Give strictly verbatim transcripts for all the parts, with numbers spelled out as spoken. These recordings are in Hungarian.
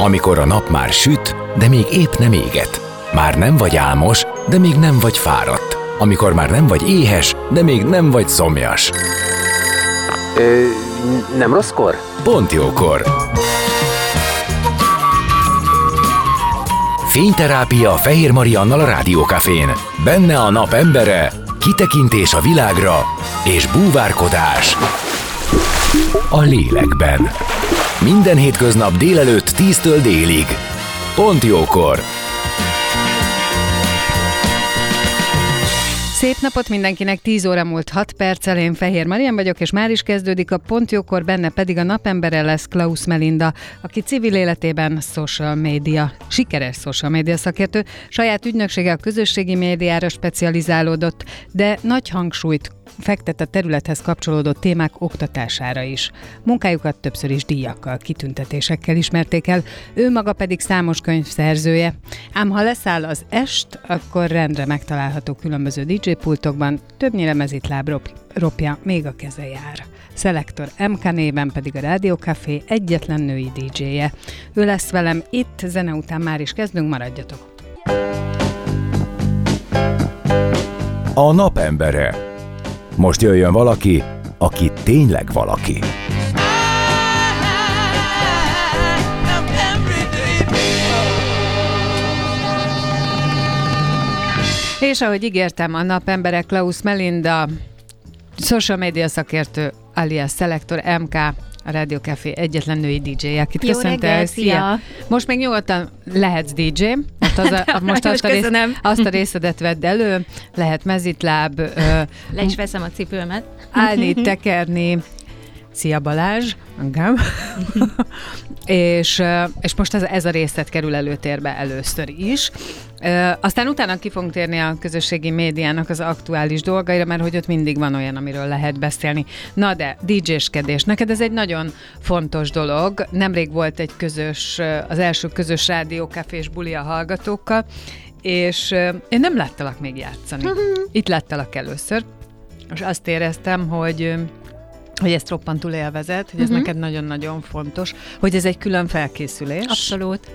Amikor a nap már süt, de még épp nem éget. Már nem vagy álmos, de még nem vagy fáradt. Amikor már nem vagy éhes, de még nem vagy szomjas. Ö, nem rosszkor? Pont jókor. Fényterápia Fehér Mariannal a Rádiókafén. Benne a nap embere, kitekintés a világra és búvárkodás a lélekben. Minden hétköznap délelőtt tíztől délig. Pont jókor. Szép napot mindenkinek, tíz óra múlt hat perccel, én Fehér Marian vagyok, és már is kezdődik a Pont jókor, benne pedig a napembere lesz Klaus Melinda, aki civil életében social media, sikeres social media szakértő, saját ügynöksége a közösségi médiára specializálódott, de nagy hangsúlyt fektet a területhez kapcsolódó témák oktatására is. Munkájukat többször is díjakkal, kitüntetésekkel ismerték el, ő maga pedig számos könyv szerzője. Ám ha leszáll az est, akkor rendre megtalálható különböző dé dzsé pultokban, többnyire mezitláb rop, ropja még a keze jár. Szelektor em ká néven pedig a Rádiókafé egyetlen női dé dzséje. Ő lesz velem itt, zene után már is kezdünk, maradjatok! A napembere. Most jöjjön valaki, aki tényleg valaki. És ahogy ígértem, a napembere Klaus Melinda, social media szakértő, alias Szelektor em ká, a Rádiókafé egyetlen női dé dzséje, akit Jó köszöntel. reggel, szia! Most még nyugodtan lehetsz dé dzsé, most, az a, most azt, a rész, azt a részedet vedd elő, lehet mezitláb, le is veszem a cipőmet, állni, tekerni. Szia Balázs, engem. és, és most ez, ez a részlet kerül előtérbe először is. E, aztán utána ki fogunk térni a közösségi médiának az aktuális dolgaira, mert hogy ott mindig van olyan, amiről lehet beszélni. Na de, dé dzséskedés. Neked ez egy nagyon fontos dolog. Nemrég volt egy közös, az első közös rádiókafés buli a hallgatókkal, és én nem láttalak még játszani. Itt láttalak először, és azt éreztem, hogy hogy ezt roppantul élvezed, hogy ez uh-huh. neked nagyon-nagyon fontos, hogy ez egy külön felkészülés. Abszolút.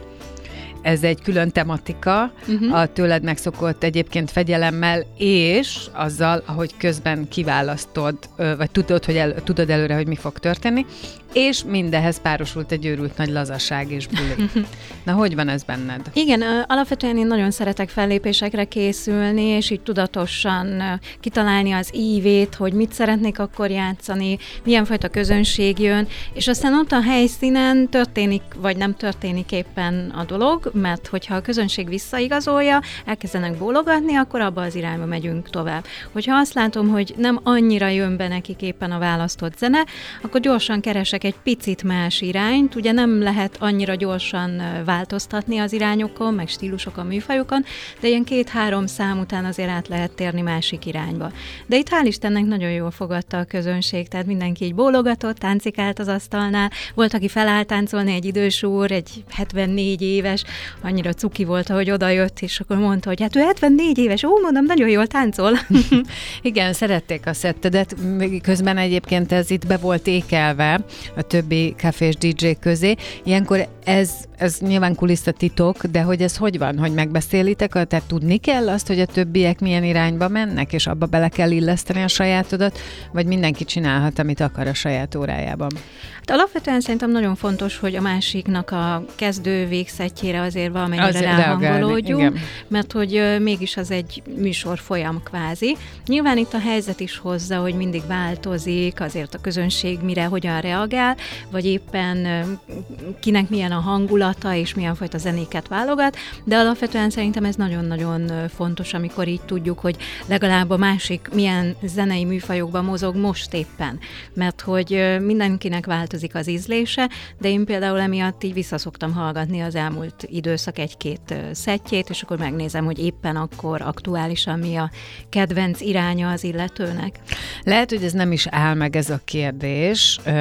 Ez egy külön tematika, uh-huh. a tőled megszokott egyébként fegyelemmel, és azzal, ahogy közben kiválasztod, vagy tudod, hogy el, tudod előre, hogy mi fog történni, és mindehhez párosult egy őrült nagy lazaság és buli. Na, hogy van ez benned? Igen, alapvetően én nagyon szeretek fellépésekre készülni, és így tudatosan kitalálni az ívét, hogy mit szeretnék akkor játszani, milyen fajta közönség jön, és aztán ott a helyszínen történik, vagy nem történik éppen a dolog, mert hogyha a közönség visszaigazolja, elkezdenek bólogatni, akkor abba az irányba megyünk tovább. Hogyha azt látom, hogy nem annyira jön be nekik éppen a választott zene, akkor gyorsan keresek egy picit más irányt, ugye nem lehet annyira gyorsan változtatni az irányokon, meg stílusokon, műfajokon, de ilyen két-három szám után azért át lehet térni másik irányba. De itt hál' Istennek nagyon jól fogadta a közönség, tehát mindenki így bólogatott, táncikált az asztalnál, volt, aki felállt táncolni, egy idős úr, egy hetvennégy éves, annyira cuki volt, ahogy odajött, és akkor mondta, hogy hát ő hetvennégy éves, ó, mondom, nagyon jól táncol. Igen, szerették a szettedet, közben egyébként ez itt be volt ékelve a többi kafés dé dzsé közé. Ilyenkor ez, ez nyilván kulisszatitok, de hogy ez hogy van, hogy megbeszélitek, tehát tudni kell azt, hogy a többiek milyen irányba mennek, és abba bele kell illeszteni a sajátodat, vagy mindenki csinálhat, amit akar a saját órájában? Hát alapvetően szerintem nagyon fontos, hogy a másiknak a kezdő végszettjére azért valamennyire az ráhangolódjunk, mert hogy mégis az egy műsor folyam kvázi. Nyilván itt a helyzet is hozza, hogy mindig változik, azért a közönség mire, hogyan reagál, vagy éppen kinek milyen a hangulata, és milyen fajta zenéket válogat, de alapvetően szerintem ez nagyon-nagyon fontos, amikor így tudjuk, hogy legalább a másik milyen zenei műfajokban mozog most éppen, mert hogy mindenkinek változik az ízlése, de én például emiatt így visszaszoktam hallgatni az elmúlt időszak egy-két szettjét, és akkor megnézem, hogy éppen akkor aktuálisan mi a kedvenc iránya az illetőnek. Lehet, hogy ez nem is áll meg ez a kérdés, mivel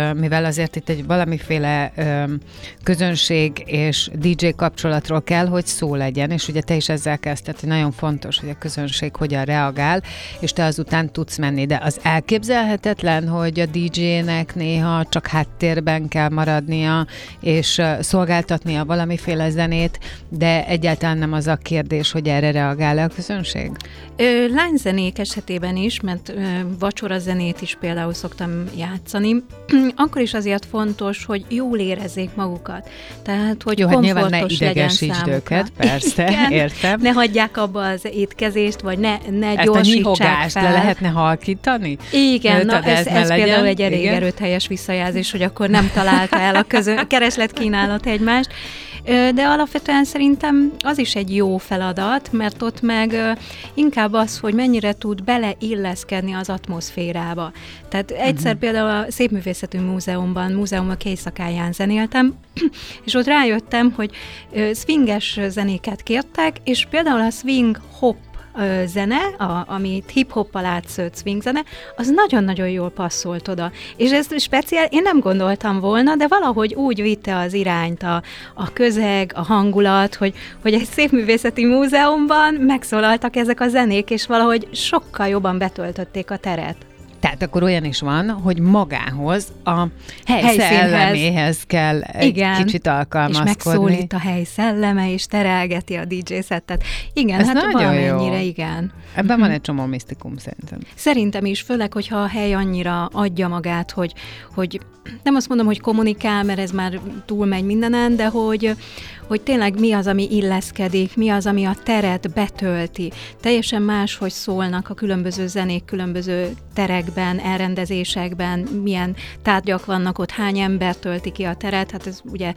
azért itt egy valamiféle ö, közönség és dé dzsé kapcsolatról kell, hogy szó legyen, és ugye te is ezzel kezdted, hogy nagyon fontos, hogy a közönség hogyan reagál, és te azután tudsz menni, de az elképzelhetetlen, hogy a dé dzsének néha csak háttérben kell maradnia, és szolgáltatnia valamiféle zenét, de egyáltalán nem az a kérdés, hogy erre reagál-e a közönség? Ö, lányzenék esetében is, mert ö, vacsora zenét is például szoktam játszani, akkor is azért fontos, hogy jól érezzék magukat. Tehát, hogy jó, komfortos hát nyilván ne idegesítsd őket, persze, igen, értem. Ne hagyják abba az étkezést, vagy ne, ne ezt gyorsítsák fel. le lehetne halkítani? Igen, na, ez, ez például egy elég igen? erőteljes visszajelzés, hogy akkor nem találta el a közön, kereslet-kínálat egymást. De alapvetően szerintem az is egy jó feladat, mert ott meg inkább az, hogy mennyire tud beleilleszkedni az atmoszférába. Tehát egyszer uh-huh. például a Szépművészetű Múzeumban, múzeumok éjszakáján zenéltem, és ott rájöttem, hogy swinges zenéket kértek, és például a swing hop zene, a, amit hip-hoppal átszőtt swing zene, az nagyon-nagyon jól passzolt oda. És ezt speciál, én nem gondoltam volna, de valahogy úgy vitte az irányt a, a közeg, a hangulat, hogy, hogy egy Szépművészeti Múzeumban megszólaltak ezek a zenék, és valahogy sokkal jobban betöltötték a teret. Tehát akkor olyan is van, hogy magához, a hely szelleméhez kell egy igen, kicsit alkalmazkodni. És megszólít a hely szelleme, és terelgeti a dé dzsé szettet. Igen, ez hát valamennyire jó. igen. Ebben uh-huh. van egy csomó misztikum szerintem. Szerintem is, főleg, hogyha a hely annyira adja magát, hogy, hogy nem azt mondom, hogy kommunikál, mert ez már túlmegy mindenen, de hogy, hogy tényleg mi az, ami illeszkedik, mi az, ami a teret betölti. Teljesen más, hogy szólnak a különböző zenék, különböző terekben, elrendezésekben, milyen tárgyak vannak ott, hány ember tölti ki a teret, hát ez ugye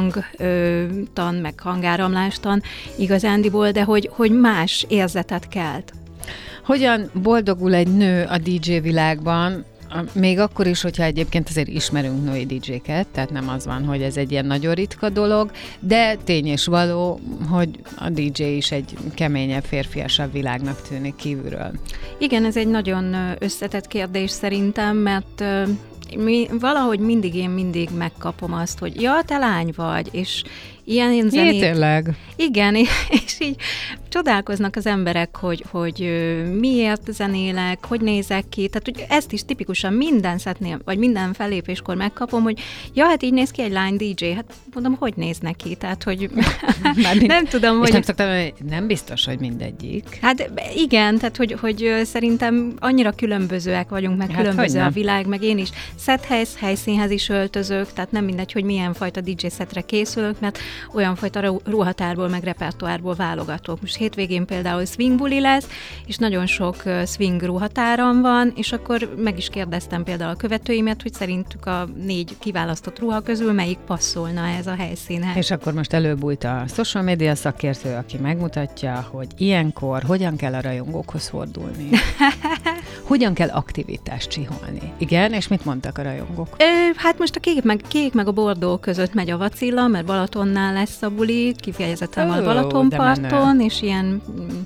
hangtan, meg hangáramlástan igazándiból, de hogy, hogy más érzetet kelt. Hogyan boldogul egy nő a dé dzsé világban, még akkor is, hogyha egyébként azért ismerünk női dé dzséket, tehát nem az van, hogy ez egy ilyen nagyon ritka dolog, de tény és való, hogy a dé dzsé is egy keményebb, férfiasabb világnak tűnik kívülről. Igen, ez egy nagyon összetett kérdés szerintem, mert mi, valahogy mindig én mindig megkapom azt, hogy ja, te lány vagy, és ilyen zenét... Jé, tényleg? Igen, és így csodálkoznak az emberek, hogy, hogy miért zenélek, hogy nézek ki, tehát hogy ezt is tipikusan minden szetnél, vagy minden fellépéskor megkapom, hogy ja, hát így néz ki egy lány dé dzsé, hát mondom, hogy néz neki, tehát hogy nem tudom, és hogy... nem szoktam, nem biztos, hogy mindegyik. Hát igen, tehát hogy, hogy szerintem annyira különbözőek vagyunk, meg hát különböző a világ, meg én is szethelysz, helyszínhez is öltözök, tehát nem mindegy, hogy milyen fajta dé dzsé szetre készülök, mert olyan fajta ruhatárból, meg repertoárból válogatok. Most hétvégén például swing buli lesz, és nagyon sok swing ruhatáram van, és akkor meg is kérdeztem például a követőimet, hogy szerintük a négy kiválasztott ruha közül melyik passzolna ez a helyszínhez. És akkor most előbújt a social media szakértő, aki megmutatja, hogy ilyenkor hogyan kell a rajongókhoz fordulni. Hogyan kell aktivitást csiholni. Igen, és mit mondtak a rajongók? Ö, hát most a kék meg, kék meg a bordó között megy a vacilla, mert Balatonnál lesz a buli, kifejezetten van Balatonparton, és ilyen...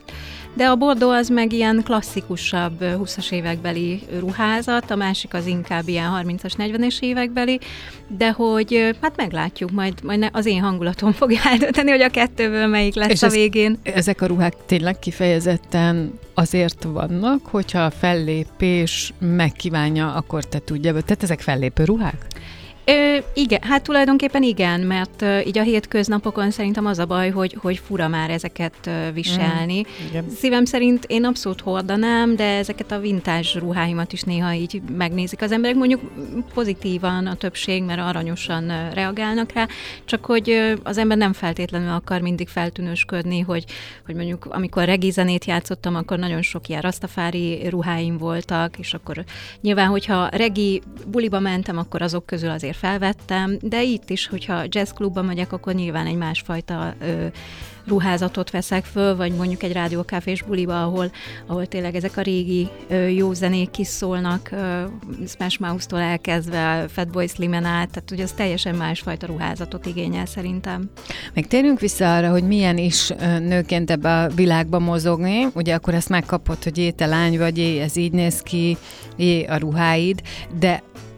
De a bordó az meg ilyen klasszikusabb húszas évekbeli ruházat, a másik az inkább ilyen harmincas, negyvenes évekbeli, de hogy hát meglátjuk, majd, majd az én hangulatom fogja eldönteni, hogy a kettőből melyik lesz és a végén. Ez, ezek a ruhák tényleg kifejezetten azért vannak, hogyha a fellépés megkívánja, akkor te tudja, tehát ezek fellépő ruhák? Ö, igen, hát tulajdonképpen igen, mert ö, így a hétköznapokon szerintem az a baj, hogy, hogy fura már ezeket ö, viselni. Mm, Szívem szerint én abszolút hordanám, de ezeket a vintage ruháimat is néha így megnézik az emberek, mondjuk pozitívan a többség, mert aranyosan ö, reagálnak rá, csak hogy ö, az ember nem feltétlenül akar mindig feltűnősködni, hogy, hogy mondjuk amikor regi zenét játszottam, akkor nagyon sok ilyen rastafári ruháim voltak, és akkor nyilván, hogyha regi buliba mentem, akkor azok közül azért felvettem, de itt is, hogyha jazzklubban megyek, akkor nyilván egy másfajta ö, ruházatot veszek föl, vagy mondjuk egy rádiókáfés buliba, ahol, ahol tényleg ezek a régi ö, jó zenék kiszólnak, ö, Smash Mouth-tól elkezdve, Fatboy Slimen át, tehát ugye az teljesen másfajta ruházatot igényel szerintem. Meg térjünk vissza arra, hogy milyen is nőként ebbe a világba mozogni, ugye akkor ezt megkapod, hogy jé, te lány vagy, jé, ez így néz ki, jé, a ruháid, de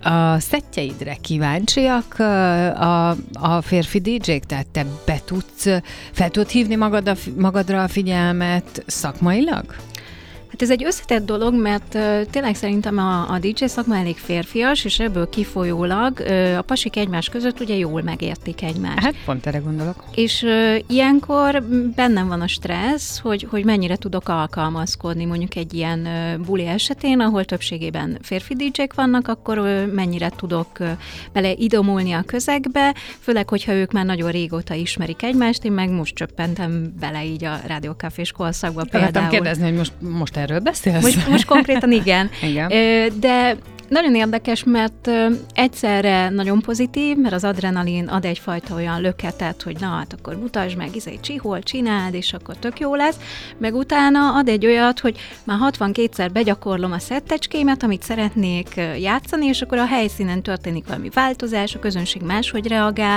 a szettjeidre kíváncsiak a, a férfi dé dzsék? Tehát te be tudsz, fel tudod hívni magad a, magadra a figyelmet szakmailag? Hát ez egy összetett dolog, mert uh, tényleg szerintem a, a dé dzsé szakma elég férfias, és ebből kifolyólag uh, a pasik egymás között ugye jól megértik egymást. Hát pont erre gondolok. És uh, ilyenkor bennem van a stressz, hogy, hogy mennyire tudok alkalmazkodni mondjuk egy ilyen uh, buli esetén, ahol többségében férfi dé dzsék vannak, akkor uh, mennyire tudok uh, bele idomulni a közegbe, főleg, hogyha ők már nagyon régóta ismerik egymást, én meg most csöppentem bele így a rádiókafés korszakba például. Akartam kérdezni, hogy most, most erről beszélsz? Most, most konkrétan igen. igen. De nagyon érdekes, mert egyszerre nagyon pozitív, mert az adrenalin ad egyfajta olyan löketet, hogy na hát akkor mutasd meg, izé csihol, csináld, és akkor tök jó lesz, meg utána ad egy olyat, hogy már hatvankétszer begyakorlom a szettecskémet, amit szeretnék játszani, és akkor a helyszínen történik valami változás, a közönség máshogy reagál,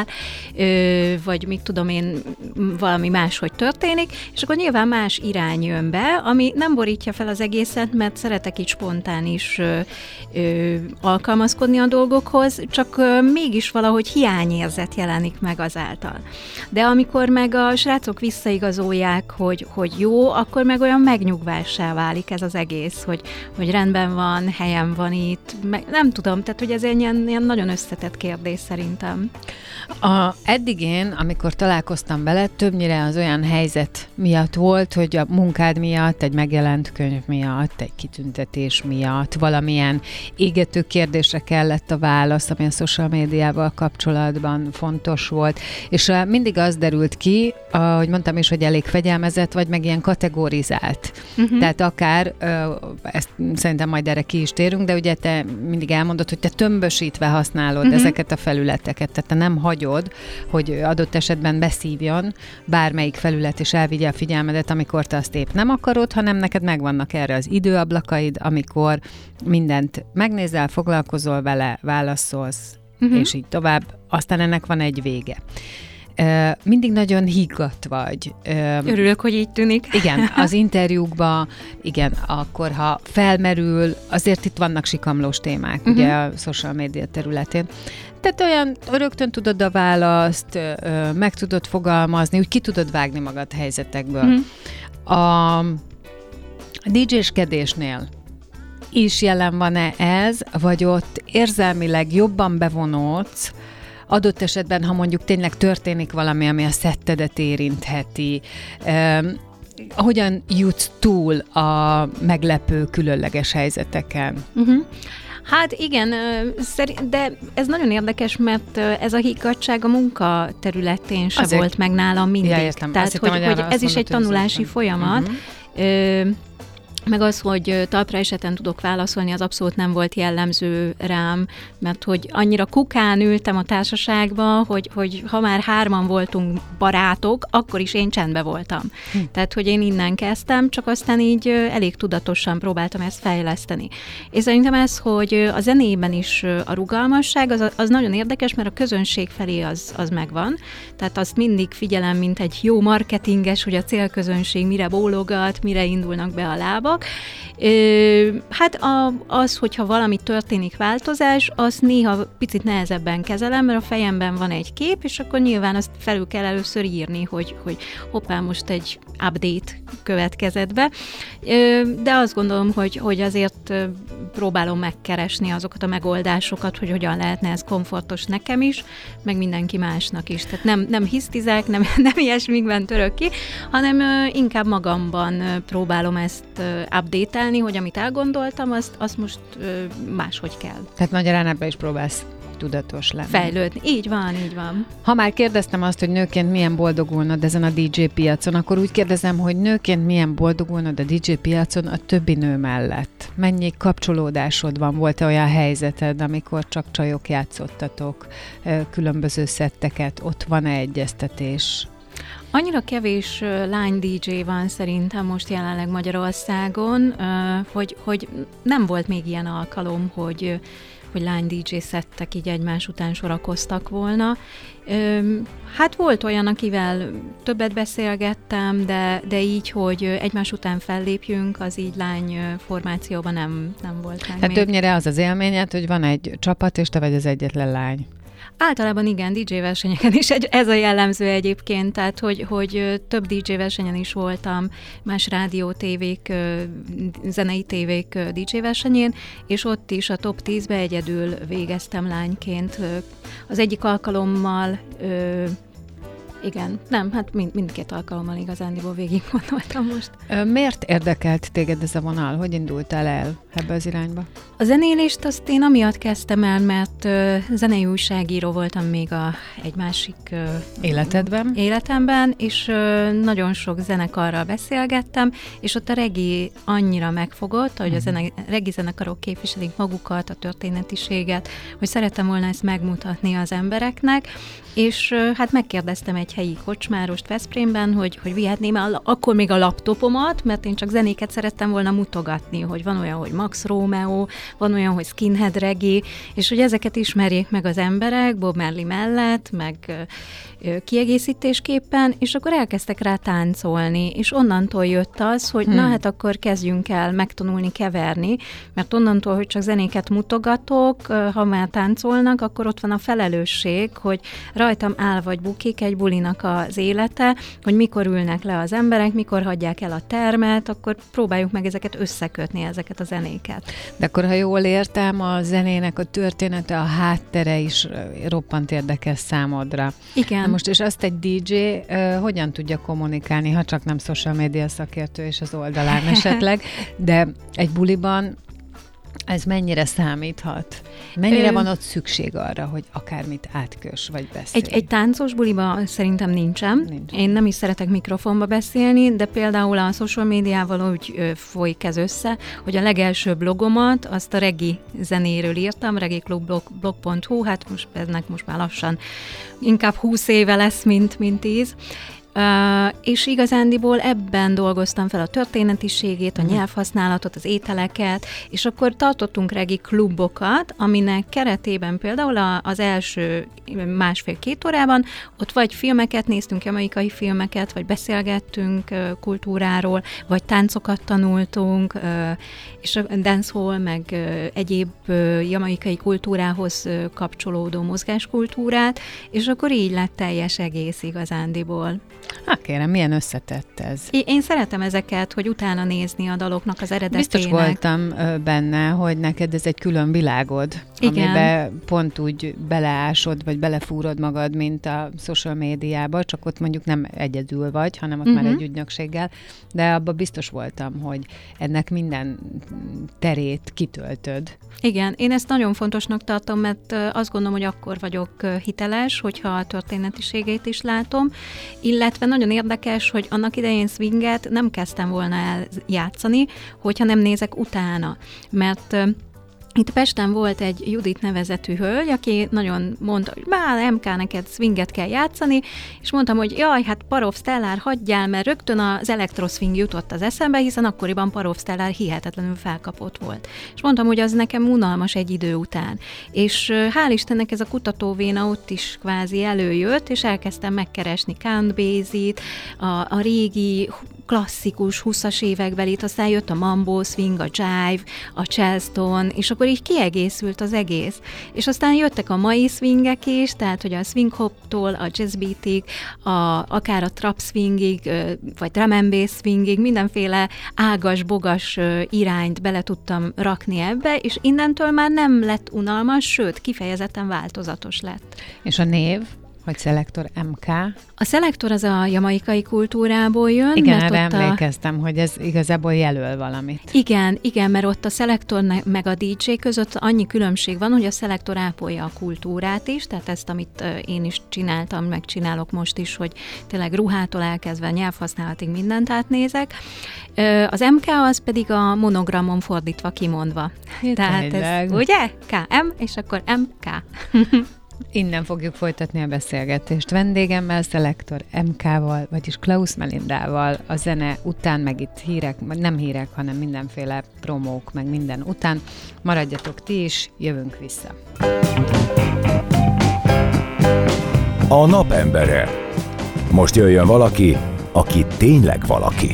vagy mit tudom én, valami máshogy történik, és akkor nyilván más irány jön be, ami nem borítja fel az egészet, mert szeretek így spontán is alkalmazkodni a dolgokhoz, csak mégis valahogy hiányérzet jelenik meg azáltal. De amikor meg a srácok visszaigazolják, hogy, hogy jó, akkor meg olyan megnyugvássá válik ez az egész, hogy, hogy rendben van, helyen van itt, meg, nem tudom, tehát hogy ez egy ilyen, ilyen nagyon összetett kérdés szerintem. A, eddig én, amikor találkoztam vele, többnyire az olyan helyzet miatt volt, hogy a munkád miatt, egy megjelent könyv miatt, egy kitüntetés miatt, valamilyen égető kérdésre kellett a válasz, ami a social médiával kapcsolatban fontos volt, és mindig az derült ki, ahogy mondtam is, hogy elég fegyelmezett, vagy meg ilyen kategorizált. Uh-huh. Tehát akár, ezt szerintem majd erre ki is térünk, de ugye te mindig elmondod, hogy te tömbösítve használod uh-huh. ezeket a felületeket, tehát te nem hagyod, hogy adott esetben beszívjon bármelyik felület, és elvigye a figyelmedet, amikor te azt épp nem akarod, hanem neked megvannak erre az időablakaid, amikor mindent megnézel, foglalkozol vele, válaszolsz, uh-huh. és így tovább. Aztán ennek van egy vége. Uh, mindig nagyon higgadt vagy. Uh, Örülök, hogy így tűnik. Igen, az interjúkban, igen, akkor ha felmerül, azért itt vannak sikamlós témák, uh-huh. ugye a social media területén. Tehát olyan rögtön tudod a választ, uh, meg tudod fogalmazni, úgy ki tudod vágni magad helyzetekből. Uh-huh. A dé dzséskedésnél is jelen van-e ez, vagy ott érzelmileg jobban bevonódsz, adott esetben, ha mondjuk tényleg történik valami, ami a szettedet érintheti, eh, hogyan jutsz túl a meglepő, különleges helyzeteken? Uh-huh. Hát igen, de ez nagyon érdekes, mert ez a higgadtság a munka területén se Azért. volt meg nálam mindig. Ja, értem. Tehát, hittem, hogy, hogy ez is egy tanulási folyamat. Uh-huh. Meg az, hogy talpra eseten tudok válaszolni, az abszolút nem volt jellemző rám, mert hogy annyira kukán ültem a társaságba, hogy, hogy ha már hárman voltunk barátok, akkor is én csendben voltam. Hm. Tehát, hogy én innen kezdtem, csak aztán így elég tudatosan próbáltam ezt fejleszteni. És szerintem ez, hogy a zenében is a rugalmasság, az, az nagyon érdekes, mert a közönség felé az, az megvan. Tehát azt mindig figyelem, mint egy jó marketinges, hogy a célközönség mire bólogat, mire indulnak be a lábak. Hát a, az, hogyha valami történik változás, azt néha picit nehezebben kezelem, mert a fejemben van egy kép, és akkor nyilván azt felül kell először írni, hogy, hogy hoppá, most egy update következett be. De azt gondolom, hogy, hogy azért próbálom megkeresni azokat a megoldásokat, hogy hogyan lehetne ez komfortos nekem is, meg mindenki másnak is. Tehát nem, nem hisztizek, nem, nem ilyesmikben török ki, hanem inkább magamban próbálom ezt update-elni, hogy amit elgondoltam, azt, azt most máshogy kell. Tehát magyarán ebbe is próbálsz tudatos lenni. Fejlődni. Így van, így van. Ha már kérdeztem azt, hogy nőként milyen boldogulnod ezen a dé dzsé piacon, akkor úgy kérdezem, hogy nőként milyen boldogulnod a dé dzsé piacon a többi nő mellett. Mennyi kapcsolódásod van? Volt-e olyan helyzeted, amikor csak csajok játszottatok különböző szetteket? Ott van-e egyeztetés? Annyira kevés lány dé dzsé van szerintem most jelenleg Magyarországon, hogy, hogy nem volt még ilyen alkalom, hogy hogy lány dé dzsé szettek így egymás után sorakoztak volna. Hát volt olyan, akivel többet beszélgettem, de, de így, hogy egymás után fellépjünk, az így lány formációban nem, nem volt meg Hát még. többnyire az az élményed, hogy van egy csapat, és te vagy az egyetlen lány. Általában igen, dé dzsé versenyeken is egy, ez a jellemző egyébként, tehát hogy, hogy több dé dzsé versenyen is voltam, más rádió, tévék, zenei tévék dé dzsé versenyén, és ott is a top tízbe egyedül végeztem lányként. Az egyik alkalommal igen, nem, hát mind, mindkét alkalommal igazándiból végig gondoltam most. Miért érdekelt téged ez a vonal? Hogy indultál el ebbe az irányba? A zenélést azt én amiatt kezdtem el, mert uh, zenei újságíró voltam még a, egy másik uh, életedben, életemben, és uh, nagyon sok zenekarral beszélgettem, és ott a regi annyira megfogott, hogy uh-huh. a zene, regi zenekarok képviselik magukat, a történetiséget, hogy szerettem volna ezt megmutatni az embereknek, és uh, hát megkérdeztem egy helyi kocsmárost Veszprémben, hogy, hogy vihetném el akkor még a laptopomat, mert én csak zenéket szerettem volna mutogatni, hogy van olyan, hogy Max Romeo, van olyan, hogy Skinhead Reggae, és hogy ezeket ismerjék meg az emberek, Bob Marley mellett, meg ö, kiegészítésképpen, és akkor elkezdtek rá táncolni, és onnantól jött az, hogy hmm. na hát akkor kezdjünk el megtanulni keverni, mert onnantól, hogy csak zenéket mutogatok, ha már táncolnak, akkor ott van a felelősség, hogy rajtam áll vagy bukik egy bulinak az élete, hogy mikor ülnek le az emberek, mikor hagyják el a termet, akkor próbáljuk meg ezeket összekötni, ezeket a zenéket. De akkor, ha jól értem, a zenének a története, a háttere is roppant érdekes számodra. Igen. Na most, és azt egy dé dzsé uh, hogyan tudja kommunikálni, ha csak nem social media szakértő és az oldalán esetleg, de egy buliban ez mennyire számíthat? Mennyire Ö... van ott szükség arra, hogy akármit átkös, vagy beszélj? Egy, egy táncos buliba szerintem nincsen. nincsen. Én nem is szeretek mikrofonba beszélni, de például a social médiával úgy ö, folyik ez össze, hogy a legelső blogomat, azt a reggae zenéről írtam, reggaeklubblog pont hu, hát most ennek most már lassan inkább húsz éve lesz, mint, mint tíz. Uh, és igazándiból ebben dolgoztam fel a történetiségét, a mm. nyelvhasználatot, az ételeket, és akkor tartottunk regi klubokat, aminek keretében például a, az első másfél-két órában ott vagy filmeket néztünk, jamaikai filmeket, vagy beszélgettünk uh, kultúráról, vagy táncokat tanultunk, uh, és a dancehall, meg uh, egyéb uh, jamaikai kultúrához uh, kapcsolódó mozgáskultúrát, és akkor így lett teljes egész igazándiból. Hát kérem, milyen összetett ez? Én szeretem ezeket, hogy utána nézni a daloknak az eredetének. Biztos voltam benne, hogy neked ez egy külön világod, igen. amiben pont úgy beleásod, vagy belefúrod magad, mint a social médiába, csak ott mondjuk nem egyedül vagy, hanem ott uh-huh. már egy ügynökséggel, de abban biztos voltam, hogy ennek minden terét kitöltöd. Igen, én ezt nagyon fontosnak tartom, mert azt gondolom, hogy akkor vagyok hiteles, hogyha a történetiségét is látom, illetve nagyon érdekes, hogy annak idején swinget nem kezdtem volna el játszani, hogyha nem nézek utána, mert itt Pesten volt egy Judit nevezetű hölgy, aki nagyon mondta, hogy bár em ká, neked swinget kell játszani, és mondtam, hogy jaj, hát Parov Stellar, hagyjál, mert rögtön az elektroszwing jutott az eszembe, hiszen akkoriban Parov Stellar hihetetlenül felkapott volt. És mondtam, hogy az nekem unalmas egy idő után. És hál' Istennek ez a kutatóvéna ott is kvázi előjött, és elkezdtem megkeresni Count Basie-t, a, a régi klasszikus húszas évekbelit, aztán jött a mambo swing, a jive, a charleston, és akkor így kiegészült az egész. És aztán jöttek a mai swingek is, tehát hogy a swing hoptól a jazz beatig, a, akár a trap swingig, vagy drum and bass swingig, mindenféle ágas, bogas irányt bele tudtam rakni ebbe, és innentől már nem lett unalmas, sőt, kifejezetten változatos lett. És a név? Hogy Szelektor em ká? A Szelektor az a jamaikai kultúrából jön. Igen, erre emlékeztem, a... hogy ez igazából jelöl valamit. Igen, igen, mert ott a Szelektor meg a dé dzsé között annyi különbség van, hogy a Szelektor ápolja a kultúrát is, tehát ezt, amit én is csináltam, meg csinálok most is, hogy tényleg ruhától elkezdve nyelvhasználatig mindent átnézek. Az em ká az pedig a monogramon fordítva kimondva. Hé, tehát tényleg. ez, ugye? ká em, és akkor em ká. Innen fogjuk folytatni a beszélgetést vendégemmel, Szelektor em ká-val, vagyis Klaus Melindával. A zene után, meg itt hírek, nem hírek, hanem mindenféle promók, meg minden után. Maradjatok ti is, jövünk vissza. A napembere. Most jöjjön valaki, aki tényleg valaki.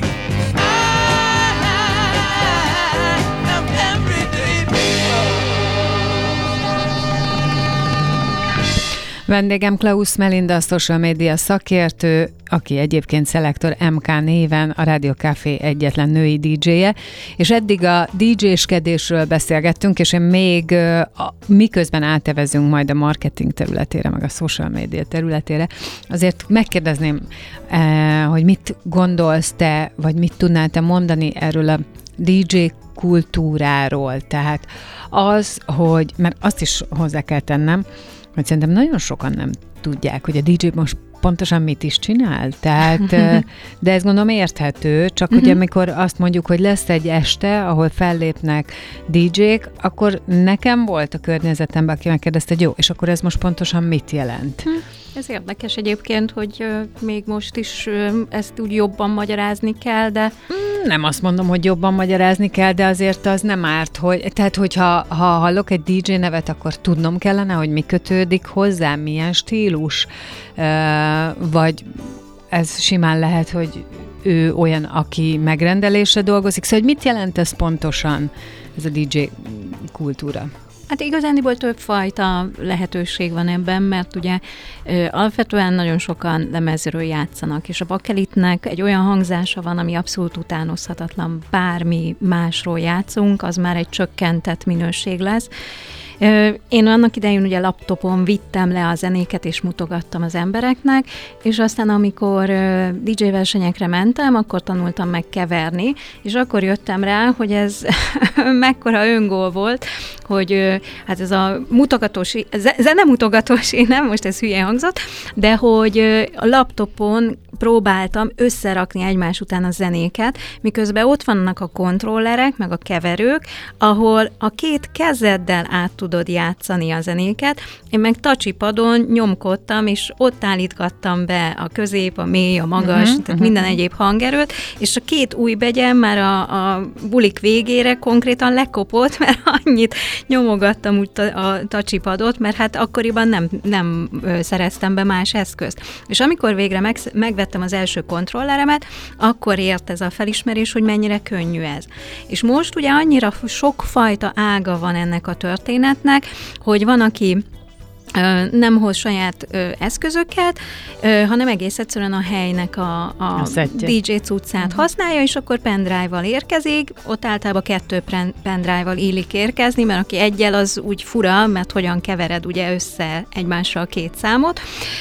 Vendégem Klaus Melinda, a social media szakértő, aki egyébként Szelektor em ká néven a Rádió Café egyetlen női dé dzséje, és eddig a dé dzséskedésről beszélgettünk, és én még a, miközben átevezünk majd a marketing területére, meg a social media területére, azért megkérdezném, eh, hogy mit gondolsz te, vagy mit tudnál te mondani erről a dé dzsé kultúráról, tehát az, hogy, mert azt is hozzá kell tennem, hogy szerintem nagyon sokan nem tudják, hogy a dé dzsé most pontosan mit is csinál. Tehát, de ez gondolom érthető, csak hogy amikor azt mondjuk, hogy lesz egy este, ahol fellépnek dé dzsék, akkor nekem volt a környezetemben, aki megkérdezte, hogy jó, és akkor ez most pontosan mit jelent? Ez érdekes egyébként, hogy uh, még most is uh, ezt úgy jobban magyarázni kell, de... Nem azt mondom, hogy jobban magyarázni kell, de azért az nem árt, hogy... Tehát, hogyha ha hallok egy dé dzsé nevet, akkor tudnom kellene, hogy mi kötődik hozzá, milyen stílus, uh, vagy ez simán lehet, hogy ő olyan, aki megrendelésre dolgozik. Szóval, hogy mit jelent ez pontosan, ez a dé dzsé kultúra? Hát igazándiból többfajta lehetőség van ebben, mert ugye ö, alapvetően nagyon sokan lemezről játszanak, és a bakelitnek egy olyan hangzása van, ami abszolút utánozhatatlan. Bármi másról játszunk, az már egy csökkentett minőség lesz. Én annak idején ugye laptopon vittem le a zenéket, és mutogattam az embereknek, és aztán amikor dé dzsé versenyekre mentem, akkor tanultam meg keverni, és akkor jöttem rá, hogy ez mekkora öngól volt, hogy hát ez a mutogatós, zenemutogatós, nem, most ez hülyén hangzott, de hogy a laptopon próbáltam összerakni egymás után a zenéket, miközben ott vannak a kontrollerek, meg a keverők, ahol a két kezeddel át tudod játszani a zenéket. Én meg touchipadon nyomkodtam, és ott állítgattam be a közép, a mély, a magas, uh-huh, tehát uh-huh. minden egyéb hangerőt, és a két új begyem már a, a bulik végére konkrétan lekopott, mert annyit nyomogattam úgy a touchipadot, mert hát akkoriban nem, nem szereztem be más eszközt. És amikor végre meg, megvettem az első kontrolleremet, akkor ért ez a felismerés, hogy mennyire könnyű ez. És most ugye annyira sokfajta ága van ennek a történetnek, hogy van, aki nem hoz saját ö, eszközöket, ö, hanem egész egyszerűen a helynek a, a, a dé dzsé cuccát uh-huh. használja, és akkor pendrive-val érkezik. Ott általában kettő pendrive-val illik érkezni, mert aki egyel, az úgy fura, mert hogyan kevered ugye össze egymással két számot.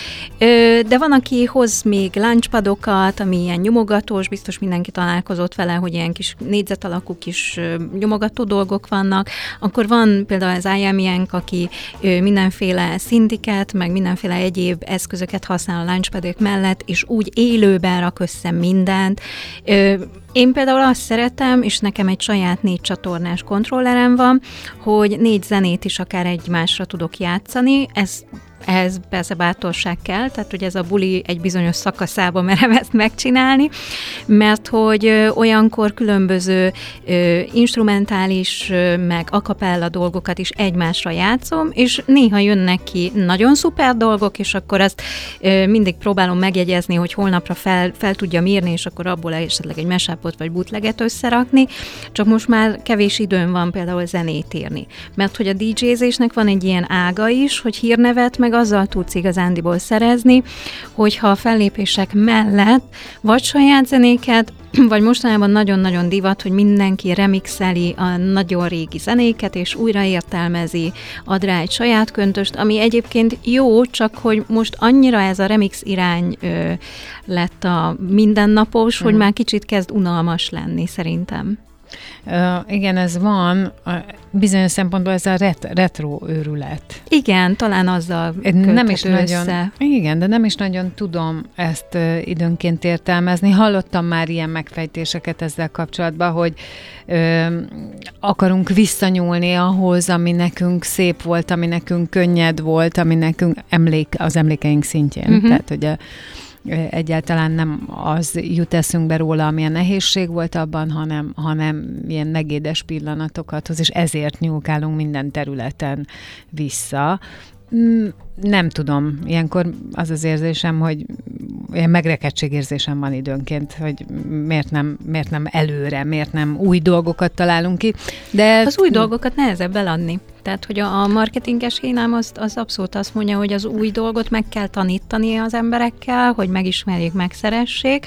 De van, aki hoz még launchpadokat, ami ilyen nyomogatós, biztos mindenki találkozott vele, hogy ilyen kis négyzet alakú kis nyomogató dolgok vannak. Akkor van például az i em i-enk, aki mindenféle szintiket, meg mindenféle egyéb eszközöket használ a launchpadok mellett, és úgy élőben rak össze mindent. Én például azt szeretem, és nekem egy saját négy csatornás kontrollerem van, hogy négy zenét is akár egymásra tudok játszani. Ez Ehhez persze bátorság kell, tehát hogy ez a buli egy bizonyos szakaszába merem ezt megcsinálni, mert hogy ö, olyankor különböző ö, instrumentális, ö, meg a cappella dolgokat is egymásra játszom, és néha jönnek ki nagyon szuper dolgok, és akkor azt ö, mindig próbálom megjegyezni, hogy holnapra fel, fel tudjam írni, és akkor abból esetleg egy mashupot vagy bootleget összerakni, csak most már kevés időm van például zenét írni. Mert hogy a dé dzsézésnek van egy ilyen ága is, hogy hírnevet meg azzal tudsz igazándiból szerezni, hogyha a fellépések mellett vagy saját zenéket, vagy mostanában nagyon-nagyon divat, hogy mindenki remixeli a nagyon régi zenéket, és újra értelmezi, ad rá egy saját köntöst, ami egyébként jó, csak hogy most annyira ez a remix irány ö, lett a mindennapos, mm. hogy már kicsit kezd unalmas lenni, szerintem. Uh, igen, ez van. Uh, bizonyos szempontból ez a ret- retro őrület. Igen, talán azzal nem is össze. nagyon, igen, de nem is nagyon tudom ezt uh, időnként értelmezni. Hallottam már ilyen megfejtéseket ezzel kapcsolatban, hogy uh, akarunk visszanyúlni ahhoz, ami nekünk szép volt, ami nekünk könnyed volt, ami nekünk emlék, az emlékeink szintjén. Uh-huh. Tehát, hogy a egyáltalán nem az jut eszünkbe róla, amilyen nehézség volt abban, hanem, hanem ilyen negédes pillanatokathoz, és ezért nyúlkálunk minden területen vissza. Nem tudom, ilyenkor az az érzésem, hogy ilyen megrekedtségérzésem van időnként, hogy miért nem, miért nem előre, miért nem új dolgokat találunk ki. De az új dolgokat nehezebb eladni. Tehát, hogy a marketinges hínám az, az abszolút azt mondja, hogy az új dolgot meg kell tanítani az emberekkel, hogy megismerjék, megszeressék.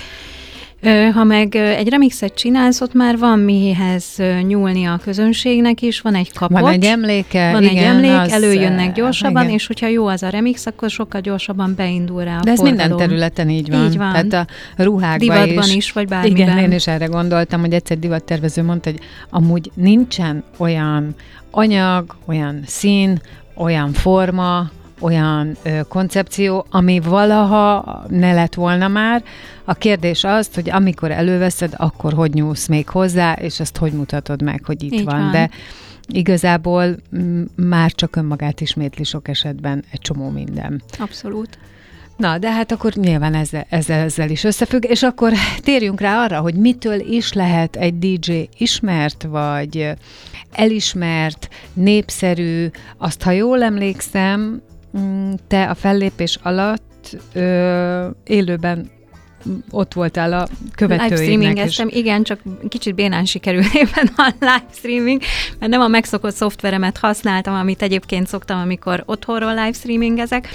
Ha meg egy remixet csinálsz, ott már van mihez nyúlni a közönségnek is, van egy kapocs. Van egy emléke. Van igen, egy emlék, az, előjönnek gyorsabban, igen. És hogyha jó az a remix, akkor sokkal gyorsabban beindul rá a De ez forgalom. minden területen így van. Így van. Tehát a ruhákban divatban is. is, vagy bármiben. Igen, én is erre gondoltam, hogy egyszer divattervező mondta, hogy amúgy nincsen olyan anyag, olyan szín, olyan forma, olyan ö, koncepció, ami valaha ne lett volna már. A kérdés az, hogy amikor előveszed, akkor hogy nyúlsz még hozzá, és ezt hogy mutatod meg, hogy itt van. van. De igazából m- már csak önmagát ismétli sok esetben egy csomó minden. Abszolút. Na, de hát akkor nyilván ezzel, ezzel, ezzel is összefügg, és akkor térjünk rá arra, hogy mitől is lehet egy dé dzsé ismert, vagy elismert, népszerű. Azt, ha jól emlékszem, te a fellépés alatt ö, élőben ott voltál a követőidnek is. Igen, csak kicsit bénán sikerült éppen a livestreaming, mert nem a megszokott szoftveremet használtam, amit egyébként szoktam, amikor otthonról livestreamingezek,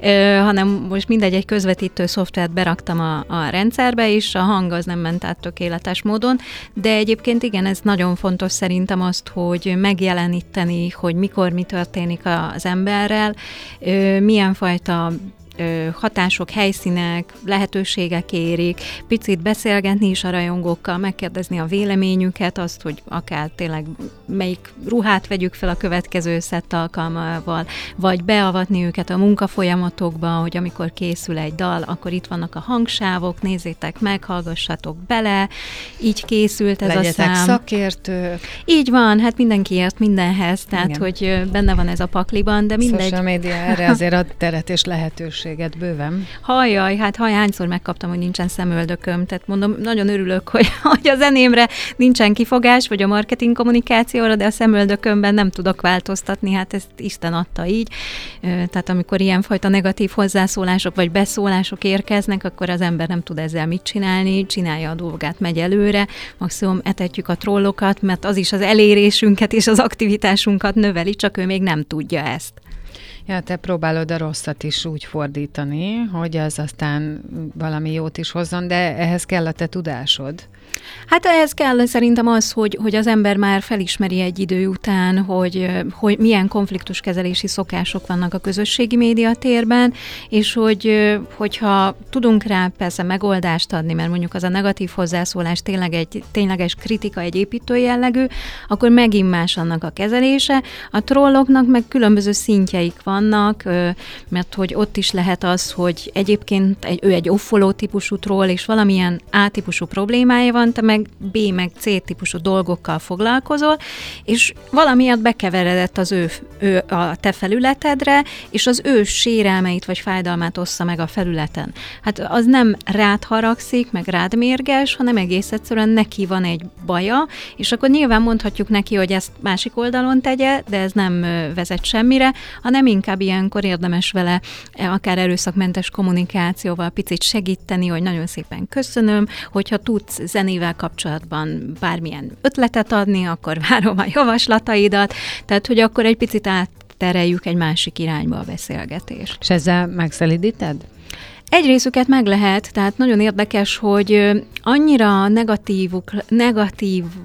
hanem most mindegy, egy közvetítő szoftvert beraktam a, a rendszerbe, és a hang az nem ment át tökéletes módon, de egyébként igen, ez nagyon fontos szerintem azt, hogy megjeleníteni, hogy mikor mi történik az emberrel, milyen fajta hatások, helyszínek, lehetőségek érik, picit beszélgetni is a rajongókkal, megkérdezni a véleményüket, azt, hogy akár tényleg melyik ruhát vegyük fel a következő szett alkalmával, vagy beavatni őket a munkafolyamatokba, hogy amikor készül egy dal, akkor itt vannak a hangsávok, nézzétek meg, hallgassatok bele, így készült ez Legyetek a szám. szakértők. Így van, hát mindenki ért mindenhez, tehát igen. hogy benne van ez a pakliban, de mindegy. Social media erre azért ad teret és lehetőség. Bőven. Hajjaj, hát haj, hányszor megkaptam, hogy nincsen szemöldököm, tehát mondom, nagyon örülök, hogy, hogy a zenémre nincsen kifogás, vagy a marketing kommunikációra, de a szemöldökömben nem tudok változtatni, hát ezt Isten adta így. Tehát amikor ilyenfajta negatív hozzászólások, vagy beszólások érkeznek, akkor az ember nem tud ezzel mit csinálni, csinálja a dolgát, megy előre, maximum etetjük a trollokat, mert az is az elérésünket és az aktivitásunkat növeli, csak ő még nem tudja ezt. Ja, te próbálod a rosszat is úgy fordítani, hogy az aztán valami jót is hozzon, de ehhez kell a te tudásod. Hát ehhez kell szerintem az, hogy, hogy az ember már felismeri egy idő után, hogy, hogy milyen konfliktuskezelési szokások vannak a közösségi médiatérben, és hogy, hogyha tudunk rá persze megoldást adni, mert mondjuk az a negatív hozzászólás tényleg egy tényleges kritika, egy építő jellegű, akkor megint más annak a kezelése. A trolloknak meg különböző szintjeik vannak, mert hogy ott is lehet az, hogy egyébként egy, ő egy offoló típusú troll, és valamilyen A-típusú problémája van, te meg B, meg C-típusú dolgokkal foglalkozol, és valamiatt bekeveredett az ő, ő a te felületedre, és az ő sérelmeit vagy fájdalmát ossza meg a felületen. Hát az nem rád haragszik, meg rád mérges, hanem egész egyszerűen neki van egy baja, és akkor nyilván mondhatjuk neki, hogy ezt másik oldalon tegye, de ez nem vezet semmire, hanem inkább ilyenkor érdemes vele akár erőszakmentes kommunikációval picit segíteni, hogy nagyon szépen köszönöm, hogyha tudsz zenével kapcsolatban bármilyen ötletet adni, akkor várom a javaslataidat, tehát hogy akkor egy picit áttereljük egy másik irányba a beszélgetést. És ezzel megszelidíted? Egy részüket meg lehet, tehát nagyon érdekes, hogy annyira negatívuk, negatív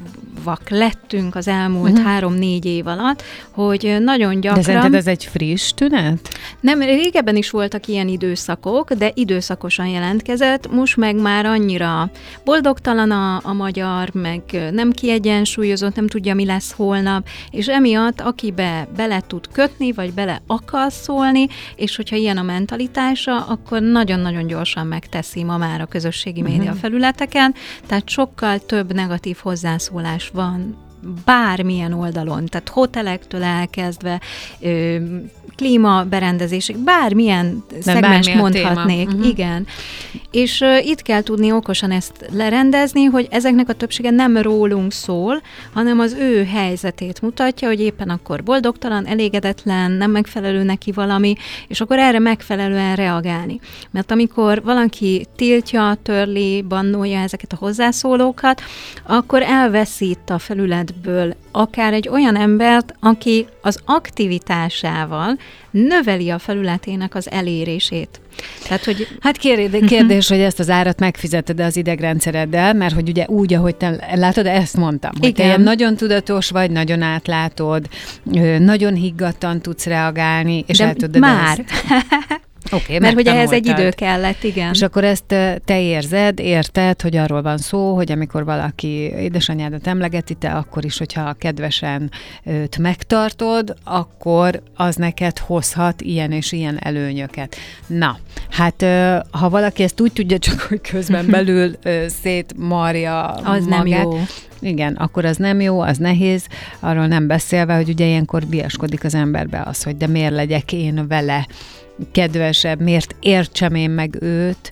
aktívabbak lettünk az elmúlt uh-huh. három-négy év alatt, hogy nagyon gyakran... De szerinted ez egy friss tünet? Nem, régebben is voltak ilyen időszakok, de időszakosan jelentkezett, most meg már annyira boldogtalan a, a magyar, meg nem kiegyensúlyozott, nem tudja, mi lesz holnap, és emiatt akibe bele tud kötni, vagy bele akar szólni, és hogyha ilyen a mentalitása, akkor nagyon-nagyon gyorsan megteszi ma már a közösségi média uh-huh. felületeken, tehát sokkal több negatív hozzászólás van bármilyen oldalon, tehát hotelektől elkezdve, ö, klímaberendezések, bármilyen de szegmest mondhatnék. Uh-huh. Igen. És ö, itt kell tudni okosan ezt lerendezni, hogy ezeknek a többsége nem rólunk szól, hanem az ő helyzetét mutatja, hogy éppen akkor boldogtalan, elégedetlen, nem megfelelő neki valami, és akkor erre megfelelően reagálni. Mert amikor valaki tiltja, törli, bannolja ezeket a hozzászólókat, akkor elveszít a felületből akár egy olyan embert, aki az aktivitásával növeli a felületének az elérését. Tehát, hogy... Hát kérdés, kérdés hogy ezt az árat megfizeted az idegrendszereddel, mert hogy ugye úgy, ahogy te látod, ezt mondtam, hogy igen. te ilyen nagyon tudatos vagy, nagyon átlátod, nagyon higgadtan tudsz reagálni, és de el tudod már. Ezt... Okay, mert hogy ehhez egy idő kellett, igen. És akkor ezt te érzed, érted, hogy arról van szó, hogy amikor valaki édesanyádat emlegeti, te akkor is, hogyha kedvesen őt megtartod, akkor az neked hozhat ilyen és ilyen előnyöket. Na, hát ha valaki ezt úgy tudja, csak hogy közben belül szétmarja az magát, nem jó. Igen, akkor az nem jó, az nehéz, arról nem beszélve, hogy ugye ilyenkor biaskodik az emberbe az, hogy de miért legyek én vele kedvesebb, miért értsem én meg őt,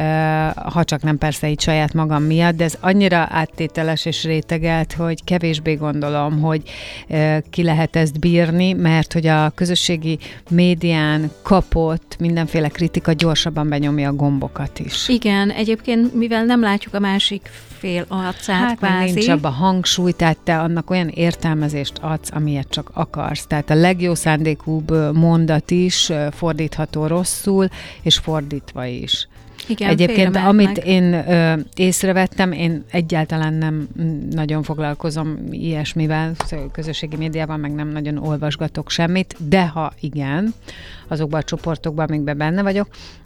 ha csak nem persze így saját magam miatt, de ez annyira áttételes és rétegelt, hogy kevésbé gondolom, hogy ki lehet ezt bírni, mert hogy a közösségi médián kapott mindenféle kritika gyorsabban benyomja a gombokat is. Igen, egyébként, mivel nem látjuk a másik fél arcát, hát kvázi. nincs abban hangsúly, tehát te annak olyan értelmezést adsz, amilyet csak akarsz. Tehát a legjobb szándékúbb mondat is fordítható rosszul, és fordítva is. Igen, egyébként, amit én ö, észrevettem, én egyáltalán nem nagyon foglalkozom ilyesmivel, közösségi médiával, meg nem nagyon olvasgatok semmit, de ha igen, azokban a csoportokban, amikben benne vagyok,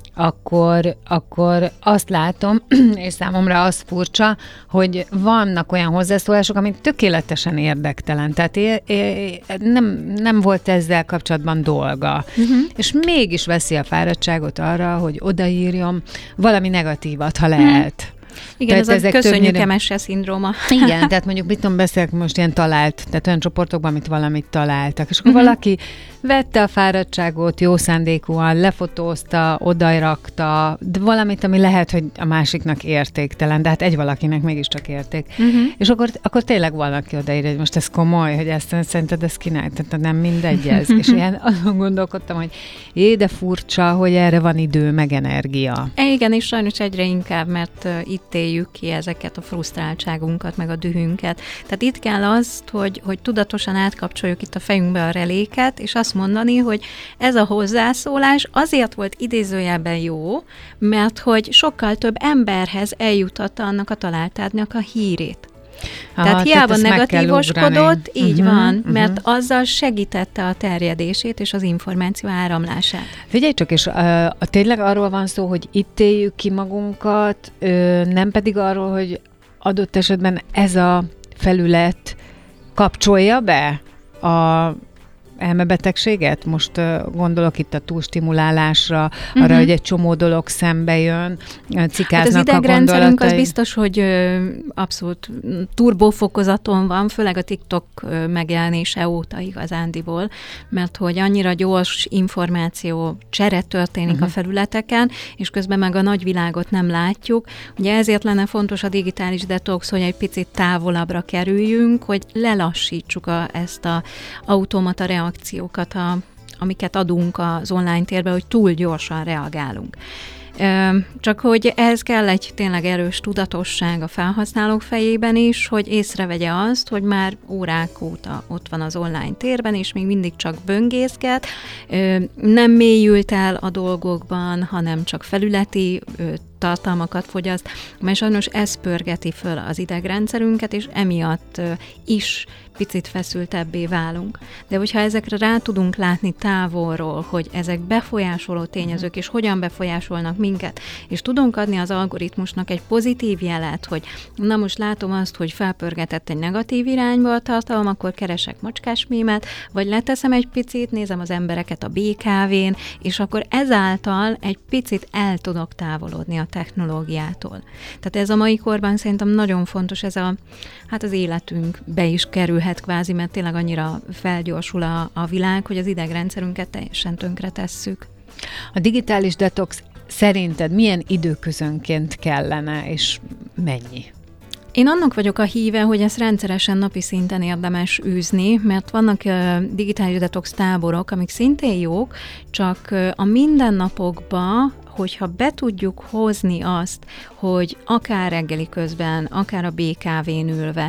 akkor, akkor azt látom, és számomra az furcsa, hogy vannak olyan hozzászólások, amik tökéletesen érdektelen. Tehát é, é, nem, nem volt ezzel kapcsolatban dolga. Uh-huh. És mégis veszi a fáradtságot arra, hogy odaírjon valami negatívat, ha lehet. Uh-huh. Igen, tehát ez a köszönjük többnyire... em es e szindróma. Igen, tehát mondjuk mit tudom, beszélek most ilyen talált, tehát olyan csoportokban, amit valamit találtak, és akkor uh-huh. valaki vette a fáradtságot jó szándékúan, lefotózta, odarakta, de valamit, ami lehet, hogy a másiknak értéktelen, de hát egy valakinek mégiscsak érték. Uh-huh. És akkor, akkor tényleg valaki odaír, hogy most ez komoly, hogy ezt szerinted ezt kinek, tehát nem mindegy ez. És ilyen azon gondolkodtam, hogy jé, de furcsa, hogy erre van idő, meg energia. Igen, és sajnos egyre inkább, mert uh, itt éljük ki ezeket a frusztráltságunkat, meg a dühünket. Tehát itt kell azt, hogy, hogy tudatosan átkapcsoljuk itt a fejünkbe a reléket, és azt mondani, hogy ez a hozzászólás azért volt idézőjelben jó, mert hogy sokkal több emberhez eljutatta annak a találtádnak a hírét. Aha, tehát hiába tehát negatívoskodott, így uh-huh, van, uh-huh. mert azzal segítette a terjedését és az információ áramlását. Figyelj csak, és uh, tényleg arról van szó, hogy itt éljük ki magunkat, uh, nem pedig arról, hogy adott esetben ez a felület kapcsolja be a elmebetegséget? Most uh, gondolok itt a túlstimulálásra, uh-huh. arra, hogy egy csomó dolog szembe jön, cikáznak hát az a idegrendszerünk gondolatai. Az biztos, hogy ö, abszolút turbófokozaton van, főleg a TikTok ö, megjelenése óta igazándiból, mert hogy annyira gyors információ csere történik uh-huh. a felületeken, és közben meg a nagyvilágot nem látjuk. Ugye ezért lenne fontos a digitális detox, hogy egy picit távolabbra kerüljünk, hogy lelassítsuk a, ezt a automata reakciókat, a, amiket adunk az online térbe, hogy túl gyorsan reagálunk. Csak hogy ehhez kell egy tényleg erős tudatosság a felhasználók fejében is, hogy észrevegye azt, hogy már órák óta ott van az online térben, és még mindig csak böngészget, nem mélyült el a dolgokban, hanem csak felületi tartalmakat fogyaszt, mert sajnos ez pörgeti föl az idegrendszerünket, és emiatt is picit feszültebbé válunk. De hogyha ezekre rá tudunk látni távolról, hogy ezek befolyásoló tényezők, és hogyan befolyásolnak minket, és tudunk adni az algoritmusnak egy pozitív jelet, hogy na most látom azt, hogy felpörgetett egy negatív irányba a tartalom, akkor keresek macskás mémet, vagy leteszem egy picit, nézem az embereket a bé ká vén, és akkor ezáltal egy picit el tudok távolodni a technológiától. Tehát ez a mai korban szerintem nagyon fontos, ez a, hát az életünkbe is kerülhet kvázi, mert tényleg annyira felgyorsul a, a világ, hogy az idegrendszerünket teljesen tönkre tesszük. A digitális detox szerinted milyen időközönként kellene, és mennyi? Én annak vagyok a híve, hogy ezt rendszeresen napi szinten érdemes űzni, mert vannak uh, digitális detox táborok, amik szintén jók, csak uh, a mindennapokba, hogyha be tudjuk hozni azt, hogy akár reggeli közben, akár a bé ká vén ülve,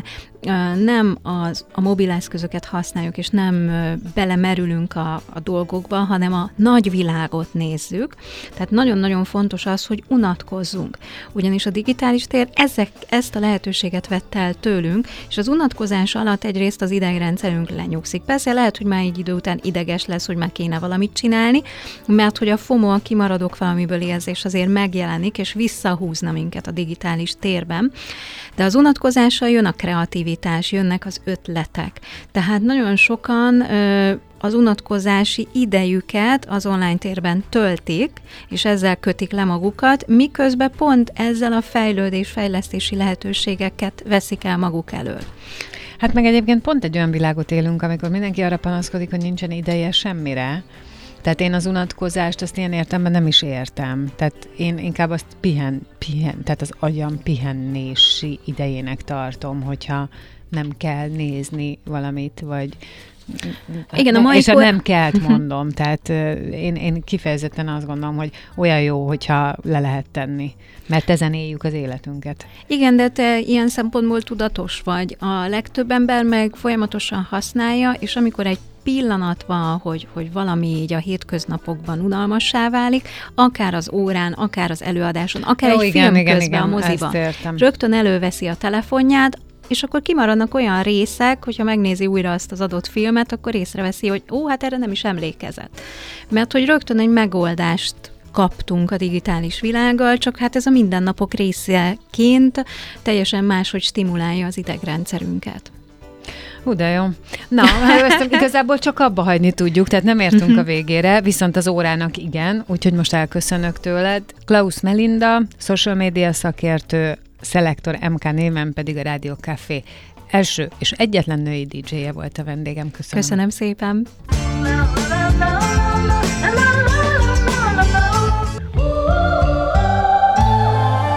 nem az, a mobileszközöket használjuk, és nem belemerülünk a, a dolgokba, hanem a nagy világot nézzük. Tehát nagyon-nagyon fontos az, hogy unatkozzunk. Ugyanis a digitális tér ezek, ezt a lehetőséget vett el tőlünk, és az unatkozás alatt egyrészt az idegrendszerünk lenyugszik. Persze lehet, hogy már egy idő után ideges lesz, hogy már kéne valamit csinálni, mert hogy a FOMO, a kimaradok valamiből érzés azért megjelenik, és visszahúzna minket a digitális térben. De az unatkozással jön a kreativitás, jönnek az ötletek. Tehát nagyon sokan ö, az unatkozási idejüket az online térben töltik, és ezzel kötik le magukat, miközben pont ezzel a fejlődés, fejlesztési lehetőségeket veszik el maguk elől. Hát meg egyébként pont egy olyan világot élünk, amikor mindenki arra panaszkodik, hogy nincsen ideje semmire. Tehát én az unatkozást, azt ilyen értelemben nem is értem. Tehát én inkább azt pihen, pihen, tehát az agyam pihennési idejének tartom, hogyha nem kell nézni valamit, vagy... Igen, a mai és kor... a nem kellt mondom, tehát én, én kifejezetten azt gondolom, hogy olyan jó, hogyha le lehet tenni, mert ezen éljük az életünket. Igen, de te ilyen szempontból tudatos vagy. A legtöbb ember meg folyamatosan használja, és amikor egy pillanat van, hogy, hogy valami így a hétköznapokban unalmassá válik, akár az órán, akár az előadáson, akár Jó, egy igen, film igen, közben igen, a moziban. Rögtön előveszi a telefonját, és akkor kimaradnak olyan részek, hogyha megnézi újra azt az adott filmet, akkor észreveszi, hogy ó, hát erre nem is emlékezett. Mert hogy rögtön egy megoldást kaptunk a digitális világgal, csak hát ez a mindennapok részeként teljesen máshogy stimulálja az idegrendszerünket. Hú, de jó. Na, ezt igazából csak abba hagyni tudjuk, tehát nem értünk a végére, viszont az órának igen, úgyhogy most elköszönök tőled. Klaus Melinda, social media szakértő, Szelektor em ká néven pedig a Rádió Café első és egyetlen női dé dzséje volt a vendégem. Köszönöm. Köszönöm szépen.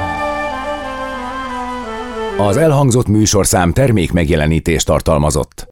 Az elhangzott műsorszám termék megjelenítést tartalmazott.